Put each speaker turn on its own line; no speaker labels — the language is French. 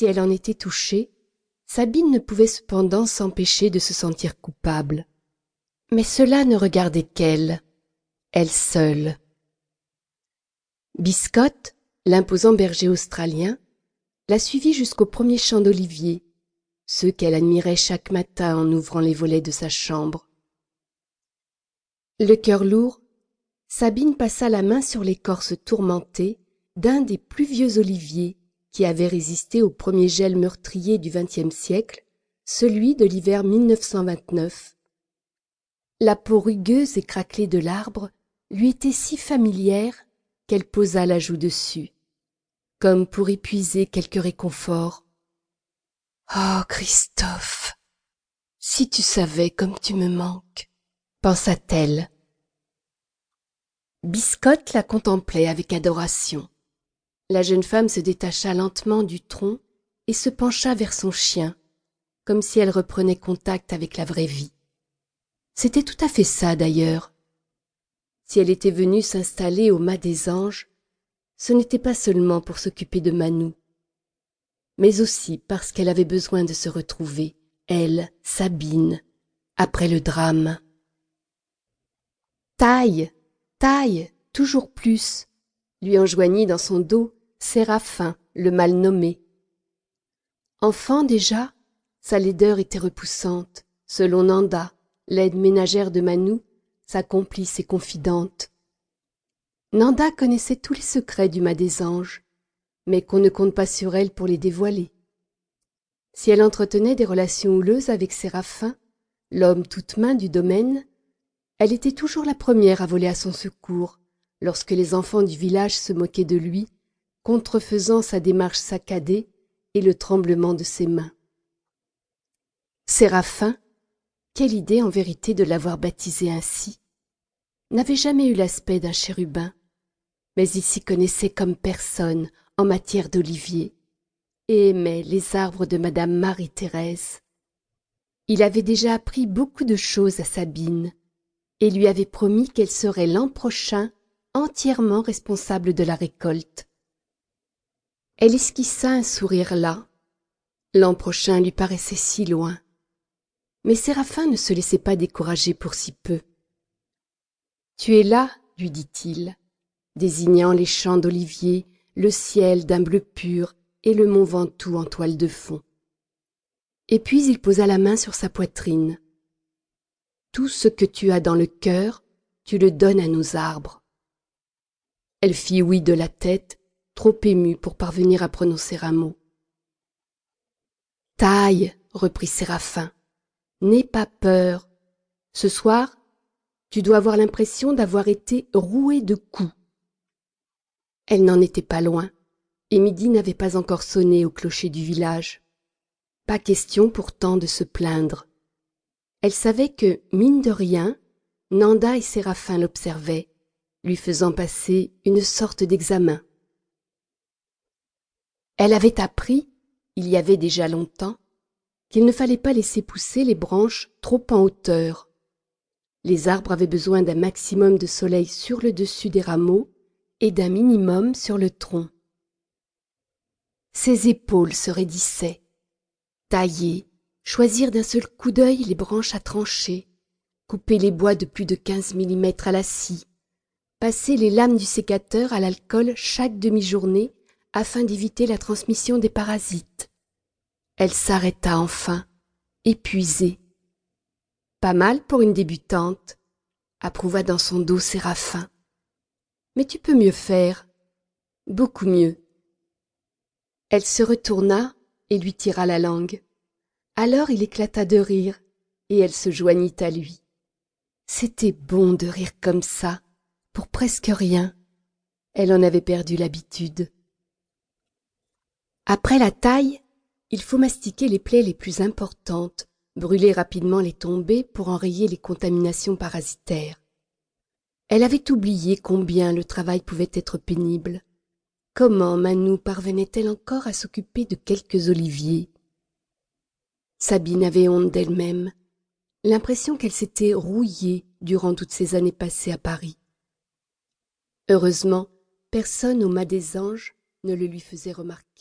si elle en était touchée, Sabine ne pouvait cependant s'empêcher de se sentir coupable. Mais cela ne regardait qu'elle, elle seule. Biscotte, l'imposant berger australien, la suivit jusqu'au premier champ d'oliviers, ceux qu'elle admirait chaque matin en ouvrant les volets de sa chambre. Le cœur lourd, Sabine passa la main sur l'écorce tourmentée d'un des plus vieux oliviers qui avait résisté au premier gel meurtrier du XXe siècle, celui de l'hiver 1929. La peau rugueuse et craquelée de l'arbre lui était si familière qu'elle posa la joue dessus, comme pour y puiser quelque réconfort. « Oh, Christophe, si tu savais comme tu me manques !» pensa-t-elle. Biscotte la contemplait avec adoration. La jeune femme se détacha lentement du tronc et se pencha vers son chien, comme si elle reprenait contact avec la vraie vie. C'était tout à fait ça d'ailleurs. Si elle était venue s'installer au Mas des Anges, ce n'était pas seulement pour s'occuper de Manou, mais aussi parce qu'elle avait besoin de se retrouver, elle, Sabine, après le drame. « Taille, taille, toujours plus !» lui enjoignit dans son dos Séraphin, le mal nommé. Enfant déjà, sa laideur était repoussante, selon Nanda, l'aide ménagère de Manou, sa complice et confidente. Nanda connaissait tous les secrets du Mas des Anges, mais qu'on ne compte pas sur elle pour les dévoiler. Si elle entretenait des relations houleuses avec Séraphin, l'homme toute main du domaine, elle était toujours la première à voler à son secours lorsque les enfants du village se moquaient de lui, contrefaisant sa démarche saccadée et le tremblement de ses mains. Séraphin, quelle idée en vérité de l'avoir baptisé ainsi, n'avait jamais eu l'aspect d'un chérubin, mais il s'y connaissait comme personne en matière d'olivier et aimait les arbres de Madame Marie-Thérèse. Il avait déjà appris beaucoup de choses à Sabine et lui avait promis qu'elle serait l'an prochain entièrement responsable de la récolte. Elle esquissa un sourire las. L'an prochain lui paraissait si loin. Mais Séraphin ne se laissait pas décourager pour si peu. « Tu es là, lui dit-il, désignant les champs d'oliviers, le ciel d'un bleu pur et le mont Ventoux en toile de fond. Et puis il posa la main sur sa poitrine. « Tout ce que tu as dans le cœur, tu le donnes à nos arbres. » Elle fit oui de la tête, trop émue pour parvenir à prononcer un mot. « Taille, reprit Séraphin, n'aie pas peur. Ce soir, tu dois avoir l'impression d'avoir été rouée de coups. » Elle n'en était pas loin, et midi n'avait pas encore sonné au clocher du village. Pas question pourtant de se plaindre. Elle savait que, mine de rien, Nanda et Séraphin l'observaient, lui faisant passer une sorte d'examen. Elle avait appris, il y avait déjà longtemps, qu'il ne fallait pas laisser pousser les branches trop en hauteur. Les arbres avaient besoin d'un maximum de soleil sur le dessus des rameaux et d'un minimum sur le tronc. Ses épaules se raidissaient. Tailler, choisir d'un seul coup d'œil les branches à trancher, couper les bois de plus de 15 millimètres à la scie, passer les lames du sécateur à l'alcool chaque demi-journée afin d'éviter la transmission des parasites. Elle s'arrêta enfin, épuisée. Pas mal pour une débutante, approuva dans son dos Séraphin. Mais tu peux mieux faire, beaucoup mieux. Elle se retourna et lui tira la langue. Alors il éclata de rire et elle se joignit à lui. C'était bon de rire comme ça, pour presque rien. Elle en avait perdu l'habitude. Après la taille, il faut mastiquer les plaies les plus importantes, brûler rapidement les tombées pour enrayer les contaminations parasitaires. Elle avait oublié combien le travail pouvait être pénible. Comment Manou parvenait-elle encore à s'occuper de quelques oliviers? Sabine avait honte d'elle-même, l'impression qu'elle s'était rouillée durant toutes ces années passées à Paris. Heureusement, personne au Mas des Anges ne le lui faisait remarquer.